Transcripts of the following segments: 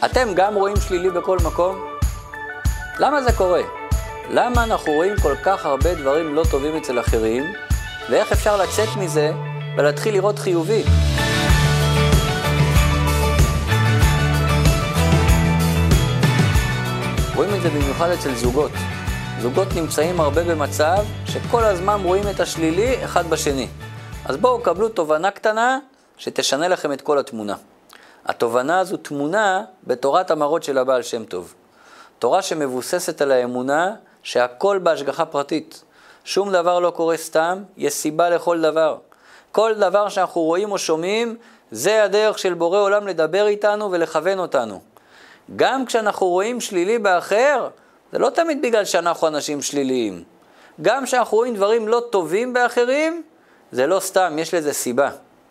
אתם גם רואים שלילי בכל מקום? למה זה קורה? למה אנחנו רואים כל כך הרבה דברים לא טובים אצל אחרים, ואיך אפשר לצאת מזה ולהתחיל לראות חיובי? רואים את זה במיוחד אצל זוגות. זוגות נמצאים הרבה במצב שכל הזמן רואים את השלילי אחד בשני. אז בואו קבלו תובנה קטנה שתשנה לכם את כל התמונה. התובנה הזו תמונה בתורת המראות של הבעל שם טוב. תורה שמבוססת על האמונה שהכל בהשגחה פרטית. שום דבר לא קורה סתם, יש סיבה לכל דבר. כל דבר שאנחנו רואים או שומעים, זה הדרך של בורא עולם לדבר איתנו ולכוון אותנו. גם כשאנחנו רואים שלילי באחר, זה לא תמיד בגלל שאנחנו אנשים שליליים. גם כשאנחנו רואים דברים לא טובים באחרים, זה לא סתם, יש לזה סיבה.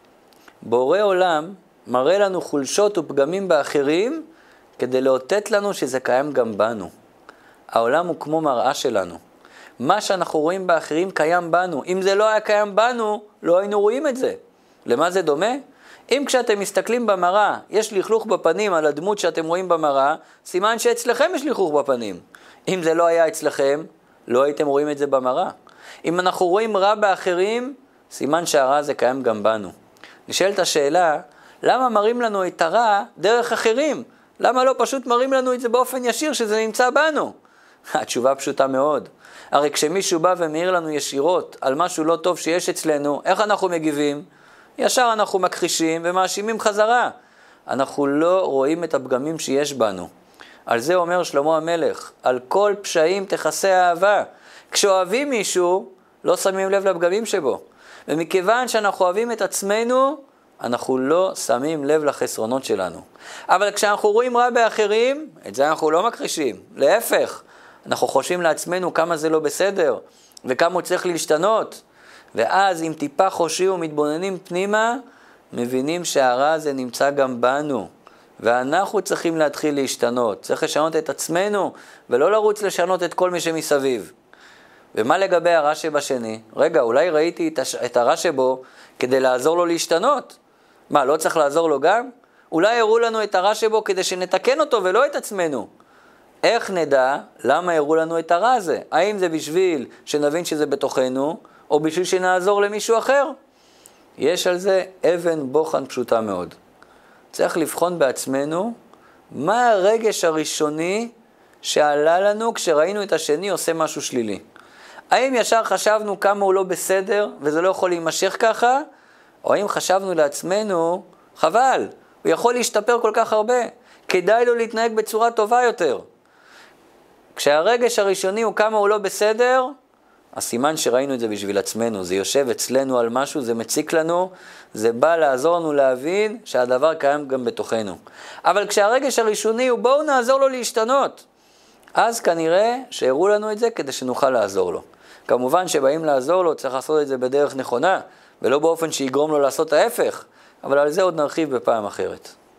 בורא עולם מראה לנו חולשות ופגמים באחרים, כדי לאותת לנו שזה קיים גם בנו. העולם הוא כמו מראה שלנו. מה שאנחנו רואים באחרים קיים בנו. אם זה לא היה קיים בנו, לא היינו רואים את זה. למה זה דומה? אם כשאתם מסתכלים במראה, יש לכלוך בפנים על הדמות שאתם רואים במראה, סימן שאצלכם יש לכלוך בפנים. אם זה לא היה אצלכם, לא הייתם רואים את זה במראה. אם אנחנו רואים רע באחרים, סימן שהרע הזה קיים גם בנו. נשאלת השאלה, למה מראים לנו את הרע דרך אחרים? למה לא פשוט מראים לנו את זה באופן ישיר שזה נמצא בנו? התשובה פשוטה מאוד. הרי כשמישהו בא ומעיר לנו ישירות על משהו לא טוב שיש אצלנו, איך אנחנו מגיבים? ישר אנחנו מכחישים ומאשימים חזרה. אנחנו לא רואים את הפגמים שיש בנו. על זה אומר שלמה המלך, על כל פשעים תכסה אהבה. כשאוהבים מישהו, לא שמים לב לפגמים שבו. ומכיוון שאנחנו אוהבים את עצמנו, אנחנו לא שמים לב לחסרונות שלנו. אבל כשאנחנו רואים רע באחרים, את זה אנחנו לא מכחישים. להפך, אנחנו חושבים לעצמנו כמה זה לא בסדר, וכמה הוא צריך להשתנות. ואז אם טיפה חושבים ומתבוננים פנימה, מבינים שהרע הזה נמצא גם בנו. ואנחנו צריכים להתחיל להשתנות. צריך לשנות את עצמנו, ולא לרוץ לשנות את כל מי שמסביב. ומה לגבי הרע שבשני? רגע, אולי ראיתי את הרע שבו כדי לעזור לו להשתנות. מה, לא צריך לעזור לו גם? אולי הראו לנו את הרע שבו כדי שנתקן אותו ולא את עצמנו. איך נדע למה הראו לנו את הרע הזה? האם זה בשביל שנבין שזה בתוכנו, או בשביל שנעזור למישהו אחר? יש על זה אבן בוחן פשוטה מאוד. צריך לבחון בעצמנו מה הרגש הראשוני שעלה לנו כשראינו את השני עושה משהו שלילי. האם ישר חשבנו כמה הוא לא בסדר וזה לא יכול להימשך ככה? או האם חשבנו לעצמנו, חבל, הוא יכול להשתפר כל כך הרבה, כדאי לו להתנהג בצורה טובה יותר. כשהרגש הראשוני הוא כמה הוא לא בסדר, הסימן שראינו את זה בשביל עצמנו, זה יושב אצלנו על משהו, זה מציק לנו, זה בא לעזור לנו להבין שהדבר קיים גם בתוכנו. אבל כשהרגש הראשוני הוא בואו נעזור לו להשתנות, אז כנראה שהראו לנו את זה כדי שנוכל לעזור לו. כמובן שבאים לעזור לו, צריך לעשות את זה בדרך נכונה, ולא באופן שיגרום לו לעשות ההפך, אבל על זה עוד נרחיב בפעם אחרת.